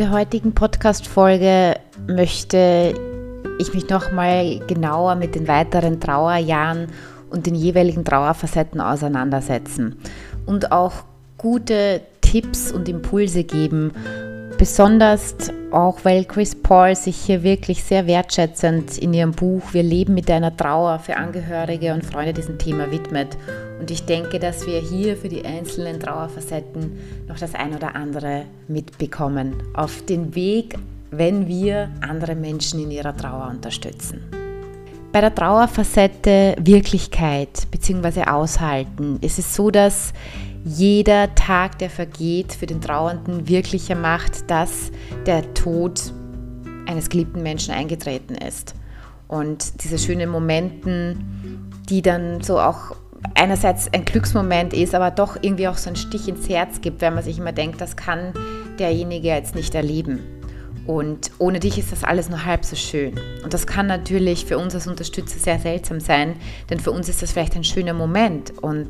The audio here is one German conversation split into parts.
der heutigen Podcast-Folge möchte ich mich nochmal genauer mit den weiteren Trauerjahren und den jeweiligen Trauerfacetten auseinandersetzen und auch gute Tipps und Impulse geben, besonders auch, weil Chris Paul sich hier wirklich sehr wertschätzend in ihrem Buch Wir leben mit deiner Trauer für Angehörige und Freunde diesem Thema widmet. Und ich denke, dass wir hier für die einzelnen Trauerfacetten noch das ein oder andere mitbekommen. Auf den Weg, wenn wir andere Menschen in ihrer Trauer unterstützen. Bei der Trauerfacette Wirklichkeit bzw. Aushalten ist es so, dass jeder Tag, der vergeht, für den Trauernden wirklicher macht, dass der Tod eines geliebten Menschen eingetreten ist. Und diese schönen Momenten, die dann so auch einerseits ein Glücksmoment ist, aber doch irgendwie auch so einen Stich ins Herz gibt, weil man sich immer denkt, das kann derjenige jetzt nicht erleben. Und ohne dich ist das alles nur halb so schön. Und das kann natürlich für uns als Unterstützer sehr seltsam sein, denn für uns ist das vielleicht ein schöner Moment. Und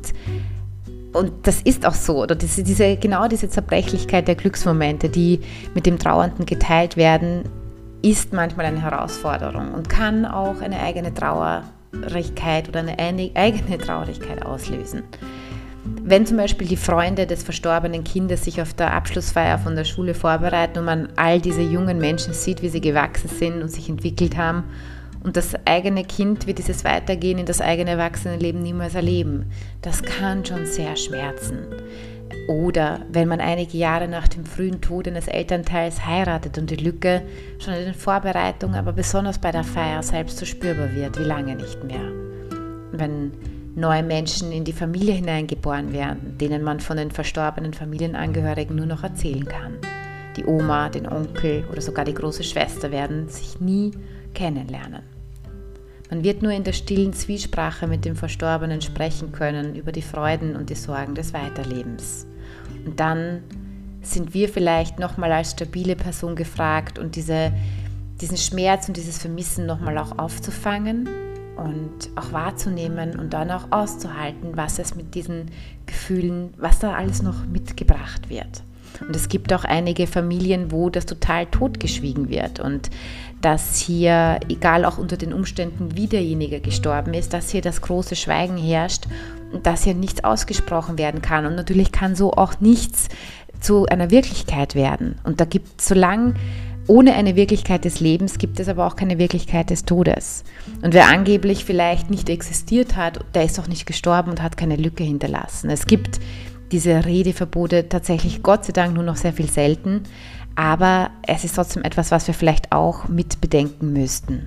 das ist auch so, oder diese Zerbrechlichkeit der Glücksmomente, die mit dem Trauernden geteilt werden, ist manchmal eine Herausforderung und kann auch eine eigene Traurigkeit oder eine eigene Traurigkeit auslösen. Wenn zum Beispiel die Freunde des verstorbenen Kindes sich auf der Abschlussfeier von der Schule vorbereiten und man all diese jungen Menschen sieht, wie sie gewachsen sind und sich entwickelt haben, und das eigene Kind wird dieses Weitergehen in das eigene Erwachsenenleben niemals erleben. Das kann schon sehr schmerzen. Oder wenn man einige Jahre nach dem frühen Tod eines Elternteils heiratet und die Lücke schon in den Vorbereitungen, aber besonders bei der Feier selbst so spürbar wird, wie lange nicht mehr. Wenn neue Menschen in die Familie hineingeboren werden, denen man von den verstorbenen Familienangehörigen nur noch erzählen kann. Die Oma, den Onkel oder sogar die große Schwester werden sich nie kennenlernen. Man wird nur in der stillen Zwiesprache mit dem Verstorbenen sprechen können über die Freuden und die Sorgen des Weiterlebens. Und dann sind wir vielleicht nochmal als stabile Person gefragt und diesen Schmerz und dieses Vermissen nochmal auch aufzufangen und auch wahrzunehmen und dann auch auszuhalten, was es mit diesen Gefühlen, was da alles noch mitgebracht wird. Und es gibt auch einige Familien, wo das total totgeschwiegen wird und dass hier, egal auch unter den Umständen, wie derjenige gestorben ist, dass hier das große Schweigen herrscht und dass hier nichts ausgesprochen werden kann. Und natürlich kann so auch nichts zu einer Wirklichkeit werden. Und da gibt es, solange ohne eine Wirklichkeit des Lebens, gibt es aber auch keine Wirklichkeit des Todes. Und wer angeblich vielleicht nicht existiert hat, der ist auch nicht gestorben und hat keine Lücke hinterlassen. Es gibt diese Redeverbote tatsächlich Gott sei Dank nur noch sehr viel selten, aber es ist trotzdem etwas, was wir vielleicht auch mit bedenken müssten.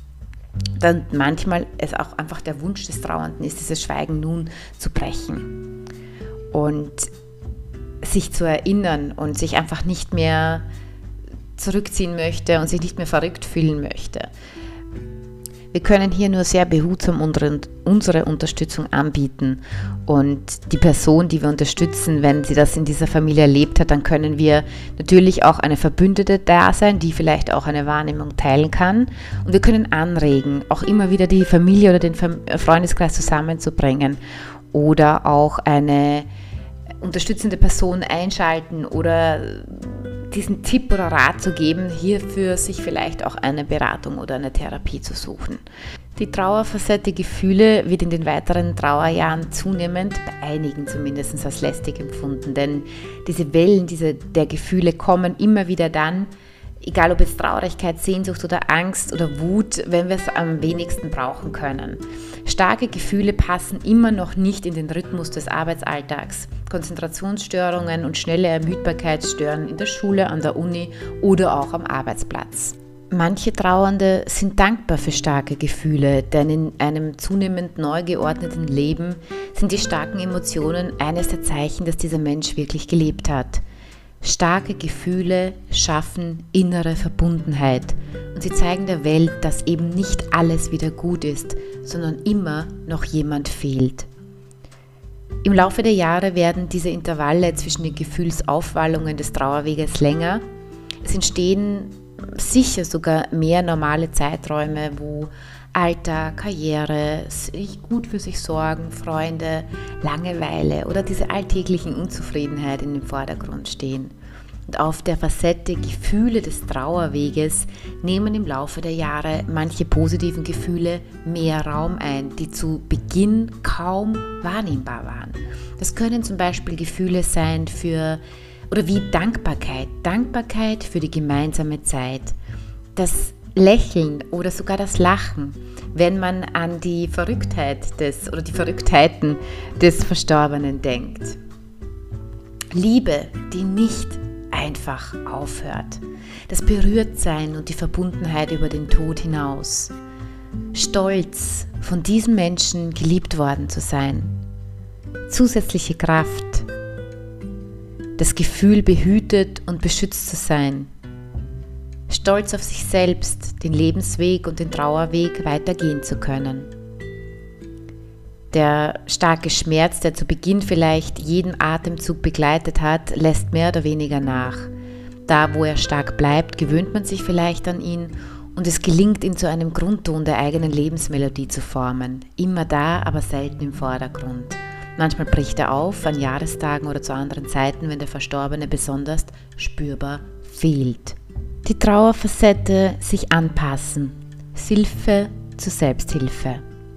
Dann manchmal ist auch einfach der Wunsch des Trauernden ist, dieses Schweigen nun zu brechen und sich zu erinnern und sich einfach nicht mehr zurückziehen möchte und sich nicht mehr verrückt fühlen möchte. Wir können hier nur sehr behutsam unsere Unterstützung anbieten und die Person, die wir unterstützen, wenn sie das in dieser Familie erlebt hat, dann können wir natürlich auch eine Verbündete da sein, die vielleicht auch eine Wahrnehmung teilen kann und wir können anregen, auch immer wieder die Familie oder den Freundeskreis zusammenzubringen oder auch eine unterstützende Person einschalten oder diesen Tipp oder Rat zu geben, hierfür sich vielleicht auch eine Beratung oder eine Therapie zu suchen. Die Trauerfacette Gefühle wird in den weiteren Trauerjahren zunehmend, bei einigen zumindest, als lästig empfunden, denn diese Wellen der Gefühle kommen immer wieder dann, egal ob jetzt Traurigkeit, Sehnsucht oder Angst oder Wut, wenn wir es am wenigsten brauchen können. Starke Gefühle passen immer noch nicht in den Rhythmus des Arbeitsalltags. Konzentrationsstörungen und schnelle Ermüdbarkeit stören in der Schule, an der Uni oder auch am Arbeitsplatz. Manche Trauernde sind dankbar für starke Gefühle, denn in einem zunehmend neu geordneten Leben sind die starken Emotionen eines der Zeichen, dass dieser Mensch wirklich gelebt hat. Starke Gefühle schaffen innere Verbundenheit und sie zeigen der Welt, dass eben nicht alles wieder gut ist, sondern immer noch jemand fehlt. Im Laufe der Jahre werden diese Intervalle zwischen den Gefühlsaufwallungen des Trauerweges länger. Es entstehen sicher sogar mehr normale Zeiträume, wo Alltag, Karriere, sich gut für sich sorgen, Freunde, Langeweile oder diese alltäglichen Unzufriedenheit in den Vordergrund stehen. Und auf der Facette Gefühle des Trauerweges nehmen im Laufe der Jahre manche positiven Gefühle mehr Raum ein, die zu Beginn kaum wahrnehmbar waren. Das können zum Beispiel Gefühle sein wie Dankbarkeit. Dankbarkeit für die gemeinsame Zeit. Das Lächeln oder sogar das Lachen, wenn man an die Verrücktheit die Verrücktheiten des Verstorbenen denkt. Liebe, die nicht einfach aufhört. Das Berührtsein und die Verbundenheit über den Tod hinaus. Stolz, von diesem Menschen geliebt worden zu sein. Zusätzliche Kraft. Das Gefühl, behütet und beschützt zu sein. Stolz auf sich selbst, den Lebensweg und den Trauerweg weitergehen zu können. Der starke Schmerz, der zu Beginn vielleicht jeden Atemzug begleitet hat, lässt mehr oder weniger nach. Da, wo er stark bleibt, gewöhnt man sich vielleicht an ihn und es gelingt, ihn zu einem Grundton der eigenen Lebensmelodie zu formen. Immer da, aber selten im Vordergrund. Manchmal bricht er auf, an Jahrestagen oder zu anderen Zeiten, wenn der Verstorbene besonders spürbar fehlt. Die Trauerfacette sich anpassen. Hilfe zur Selbsthilfe.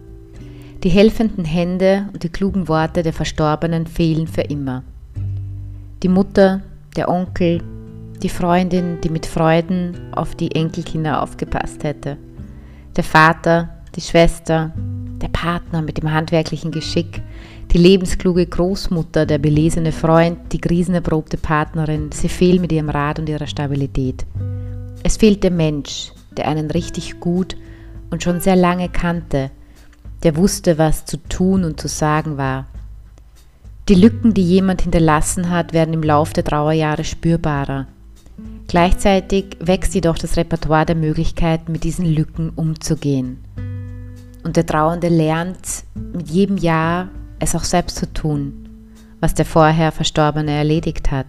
Die helfenden Hände und die klugen Worte der Verstorbenen fehlen für immer. Die Mutter, der Onkel, die Freundin, die mit Freuden auf die Enkelkinder aufgepasst hätte. Der Vater, die Schwester, der Partner mit dem handwerklichen Geschick, die lebenskluge Großmutter, der belesene Freund, die krisenerprobte Partnerin, sie fehlen mit ihrem Rat und ihrer Stabilität. Es fehlt der Mensch, der einen richtig gut und schon sehr lange kannte, der wusste, was zu tun und zu sagen war. Die Lücken, die jemand hinterlassen hat, werden im Lauf der Trauerjahre spürbarer. Gleichzeitig wächst jedoch das Repertoire der Möglichkeiten, mit diesen Lücken umzugehen. Und der Trauernde lernt mit jedem Jahr, es auch selbst zu tun, was der vorher Verstorbene erledigt hat.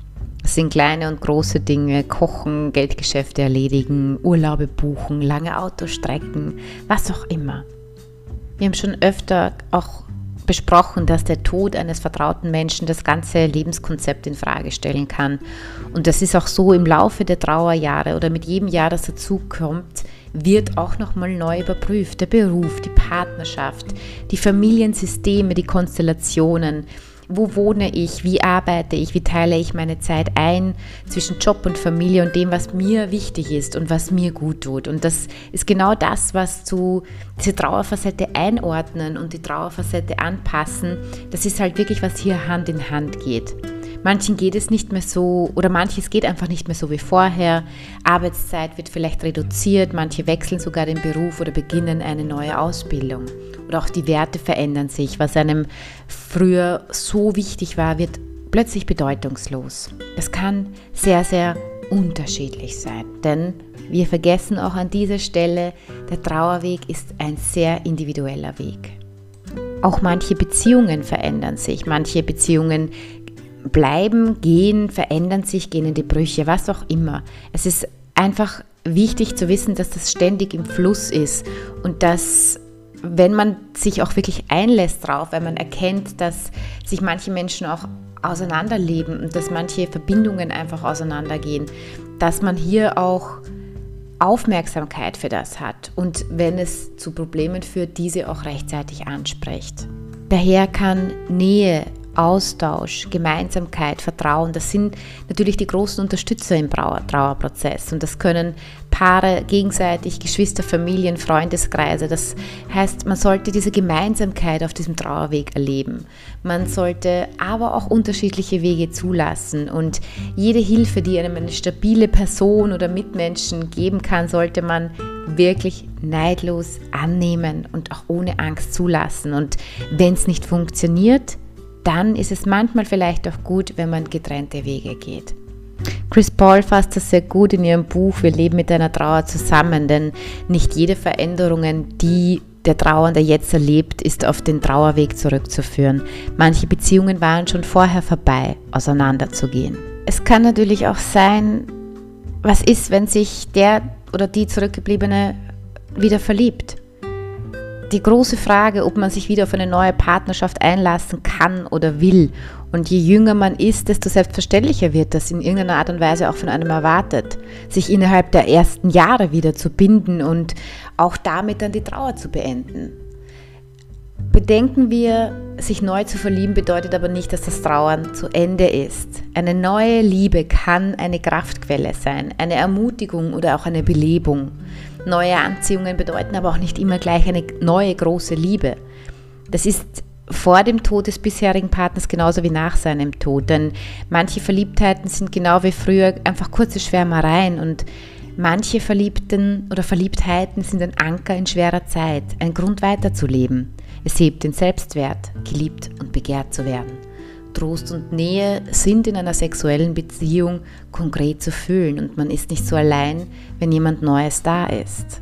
Es sind kleine und große Dinge, kochen, Geldgeschäfte erledigen, Urlaube buchen, lange Autostrecken, was auch immer. Wir haben schon öfter auch besprochen, dass der Tod eines vertrauten Menschen das ganze Lebenskonzept in Frage stellen kann. Und das ist auch so im Laufe der Trauerjahre oder mit jedem Jahr, das dazukommt, wird auch nochmal neu überprüft. Der Beruf, die Partnerschaft, die Familiensysteme, die Konstellationen. Wo wohne ich? Wie arbeite ich? Wie teile ich meine Zeit ein zwischen Job und Familie und dem, was mir wichtig ist und was mir gut tut? Und das ist genau das, was zu diese Trauerfacette einordnen und die Trauerfacette anpassen. Das ist halt wirklich, was hier Hand in Hand geht. Manchen geht es nicht mehr so oder manches geht einfach nicht mehr so wie vorher. Arbeitszeit wird vielleicht reduziert, manche wechseln sogar den Beruf oder beginnen eine neue Ausbildung. Oder auch die Werte verändern sich. Was einem früher so wichtig war, wird plötzlich bedeutungslos. Das kann sehr, sehr unterschiedlich sein, denn wir vergessen auch an dieser Stelle, der Trauerweg ist ein sehr individueller Weg. Auch manche Beziehungen verändern sich, manche Beziehungen bleiben, gehen, verändern sich, gehen in die Brüche, was auch immer. Es ist einfach wichtig zu wissen, dass das ständig im Fluss ist und dass, wenn man sich auch wirklich einlässt drauf, wenn man erkennt, dass sich manche Menschen auch auseinanderleben und dass manche Verbindungen einfach auseinandergehen, dass man hier auch Aufmerksamkeit für das hat und wenn es zu Problemen führt, diese auch rechtzeitig anspricht. Daher kann Nähe, Austausch, Gemeinsamkeit, Vertrauen, das sind natürlich die großen Unterstützer im Trauerprozess und das können Paare gegenseitig, Geschwister, Familien, Freundeskreise. Das heißt, man sollte diese Gemeinsamkeit auf diesem Trauerweg erleben. Man sollte aber auch unterschiedliche Wege zulassen und jede Hilfe, die einem eine stabile Person oder Mitmenschen geben kann, sollte man wirklich neidlos annehmen und auch ohne Angst zulassen. Und wenn es nicht funktioniert, dann ist es manchmal vielleicht auch gut, wenn man getrennte Wege geht. Chris Paul fasst das sehr gut in ihrem Buch Wir leben mit einer Trauer zusammen, denn nicht jede Veränderung, die der Trauernde jetzt erlebt, ist auf den Trauerweg zurückzuführen. Manche Beziehungen waren schon vorher vorbei, auseinanderzugehen. Es kann natürlich auch sein, was ist, wenn sich der oder die Zurückgebliebene wieder verliebt? die große Frage, ob man sich wieder auf eine neue Partnerschaft einlassen kann oder will. Und je jünger man ist, desto selbstverständlicher wird das in irgendeiner Art und Weise auch von einem erwartet, sich innerhalb der ersten Jahre wieder zu binden und auch damit dann die Trauer zu beenden. Bedenken wir, sich neu zu verlieben bedeutet aber nicht, dass das Trauern zu Ende ist. Eine neue Liebe kann eine Kraftquelle sein, eine Ermutigung oder auch eine Belebung. Neue Anziehungen bedeuten aber auch nicht immer gleich eine neue große Liebe. Das ist vor dem Tod des bisherigen Partners genauso wie nach seinem Tod, denn manche Verliebtheiten sind genau wie früher einfach kurze Schwärmereien und manche Verliebtheiten sind ein Anker in schwerer Zeit, ein Grund weiterzuleben. Es hebt den Selbstwert, geliebt und begehrt zu werden. Trost und Nähe sind in einer sexuellen Beziehung konkret zu fühlen und man ist nicht so allein, wenn jemand Neues da ist.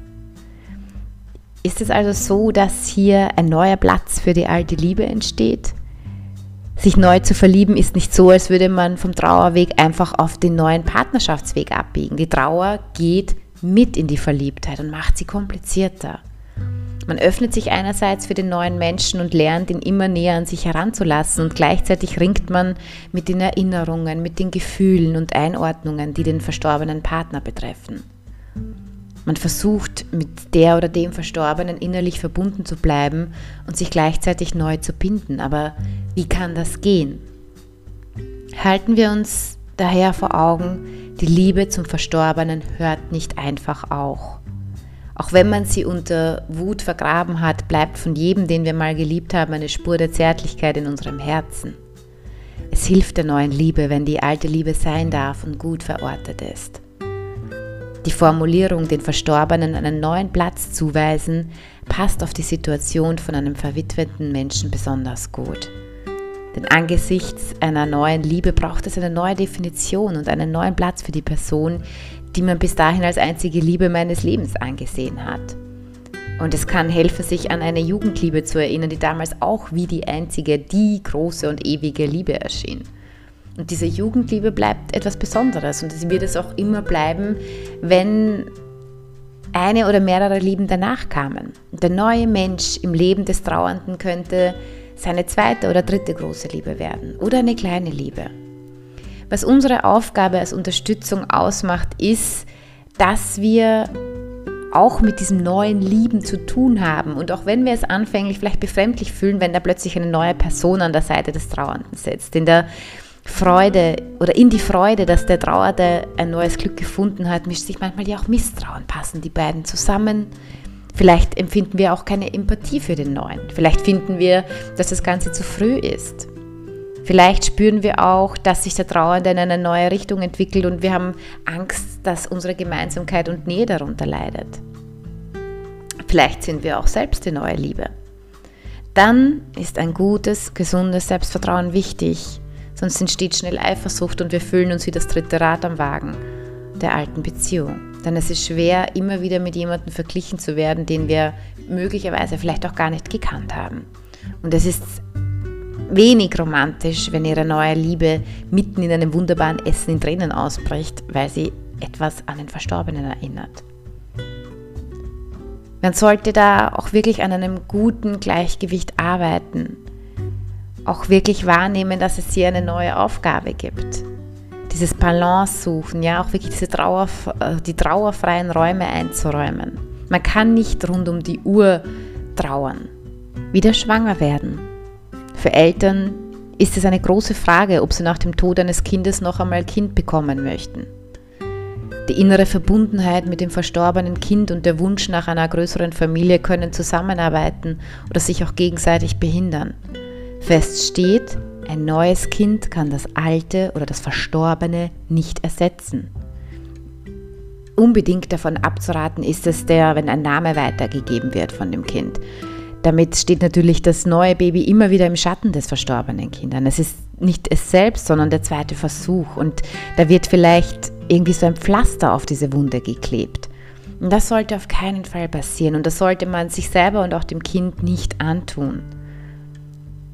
Ist es also so, dass hier ein neuer Platz für die alte Liebe entsteht? Sich neu zu verlieben ist nicht so, als würde man vom Trauerweg einfach auf den neuen Partnerschaftsweg abbiegen. Die Trauer geht mit in die Verliebtheit und macht sie komplizierter. Man öffnet sich einerseits für den neuen Menschen und lernt, ihn immer näher an sich heranzulassen und gleichzeitig ringt man mit den Erinnerungen, mit den Gefühlen und Einordnungen, die den verstorbenen Partner betreffen. Man versucht, mit der oder dem Verstorbenen innerlich verbunden zu bleiben und sich gleichzeitig neu zu binden. Aber wie kann das gehen? Halten wir uns daher vor Augen, die Liebe zum Verstorbenen hört nicht einfach auf. Auch wenn man sie unter Wut vergraben hat, bleibt von jedem, den wir mal geliebt haben, eine Spur der Zärtlichkeit in unserem Herzen. Es hilft der neuen Liebe, wenn die alte Liebe sein darf und gut verortet ist. Die Formulierung, den Verstorbenen einen neuen Platz zuweisen, passt auf die Situation von einem verwitweten Menschen besonders gut. Denn angesichts einer neuen Liebe braucht es eine neue Definition und einen neuen Platz für die Person, die man bis dahin als einzige Liebe meines Lebens angesehen hat. Und es kann helfen, sich an eine Jugendliebe zu erinnern, die damals auch wie die einzige, die große und ewige Liebe erschien. Und diese Jugendliebe bleibt etwas Besonderes und es wird es auch immer bleiben, wenn eine oder mehrere Lieben danach kamen. Und der neue Mensch im Leben des Trauernden könnte seine zweite oder dritte große Liebe werden oder eine kleine Liebe. Was unsere Aufgabe als Unterstützung ausmacht, ist, dass wir auch mit diesem neuen Lieben zu tun haben. Und auch wenn wir es anfänglich vielleicht befremdlich fühlen, wenn da plötzlich eine neue Person an der Seite des Trauernden sitzt, in der Freude oder in die Freude, dass der Trauernde ein neues Glück gefunden hat, mischt sich manchmal ja auch Misstrauen. Passen die beiden zusammen? Vielleicht empfinden wir auch keine Empathie für den Neuen. Vielleicht finden wir, dass das Ganze zu früh ist. Vielleicht spüren wir auch, dass sich der Trauernde in eine neue Richtung entwickelt und wir haben Angst, dass unsere Gemeinsamkeit und Nähe darunter leidet. Vielleicht sind wir auch selbst die neue Liebe. Dann ist ein gutes, gesundes Selbstvertrauen wichtig, sonst entsteht schnell Eifersucht und wir fühlen uns wie das dritte Rad am Wagen der alten Beziehung. Denn es ist schwer, immer wieder mit jemandem verglichen zu werden, den wir möglicherweise vielleicht auch gar nicht gekannt haben. Und es ist wenig romantisch, wenn ihre neue Liebe mitten in einem wunderbaren Essen in Tränen ausbricht, weil sie etwas an den Verstorbenen erinnert. Man sollte da auch wirklich an einem guten Gleichgewicht arbeiten, auch wirklich wahrnehmen, dass es hier eine neue Aufgabe gibt. Dieses Balance suchen, ja, auch wirklich die trauerfreien Räume einzuräumen. Man kann nicht rund um die Uhr trauern. Wieder schwanger werden. Für Eltern ist es eine große Frage, ob sie nach dem Tod eines Kindes noch einmal Kind bekommen möchten. Die innere Verbundenheit mit dem verstorbenen Kind und der Wunsch nach einer größeren Familie können zusammenarbeiten oder sich auch gegenseitig behindern. Fest steht, ein neues Kind kann das alte oder das Verstorbene nicht ersetzen. Unbedingt davon abzuraten ist es, wenn ein Name weitergegeben wird von dem Kind. Damit steht natürlich das neue Baby immer wieder im Schatten des verstorbenen Kindes. Es ist nicht es selbst, sondern der zweite Versuch. Und da wird vielleicht irgendwie so ein Pflaster auf diese Wunde geklebt. Und das sollte auf keinen Fall passieren. Und das sollte man sich selber und auch dem Kind nicht antun.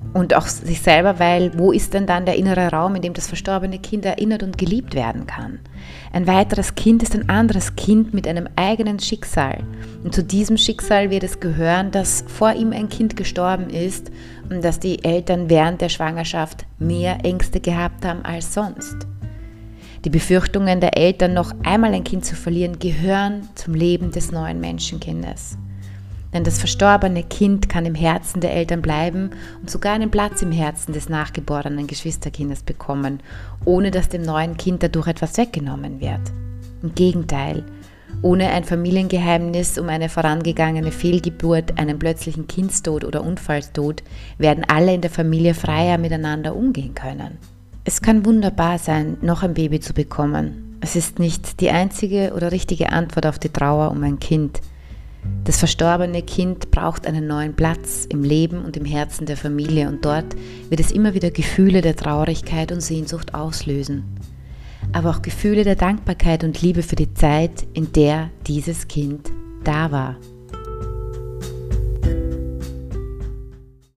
Und auch sich selber, weil wo ist denn dann der innere Raum, in dem das verstorbene Kind erinnert und geliebt werden kann? Ein weiteres Kind ist ein anderes Kind mit einem eigenen Schicksal. Und zu diesem Schicksal wird es gehören, dass vor ihm ein Kind gestorben ist und dass die Eltern während der Schwangerschaft mehr Ängste gehabt haben als sonst. Die Befürchtungen der Eltern, noch einmal ein Kind zu verlieren, gehören zum Leben des neuen Menschenkindes. Denn das verstorbene Kind kann im Herzen der Eltern bleiben und sogar einen Platz im Herzen des nachgeborenen Geschwisterkindes bekommen, ohne dass dem neuen Kind dadurch etwas weggenommen wird. Im Gegenteil, ohne ein Familiengeheimnis um eine vorangegangene Fehlgeburt, einen plötzlichen Kindstod oder Unfallstod, werden alle in der Familie freier miteinander umgehen können. Es kann wunderbar sein, noch ein Baby zu bekommen. Es ist nicht die einzige oder richtige Antwort auf die Trauer um ein Kind. Das verstorbene Kind braucht einen neuen Platz im Leben und im Herzen der Familie und dort wird es immer wieder Gefühle der Traurigkeit und Sehnsucht auslösen. Aber auch Gefühle der Dankbarkeit und Liebe für die Zeit, in der dieses Kind da war.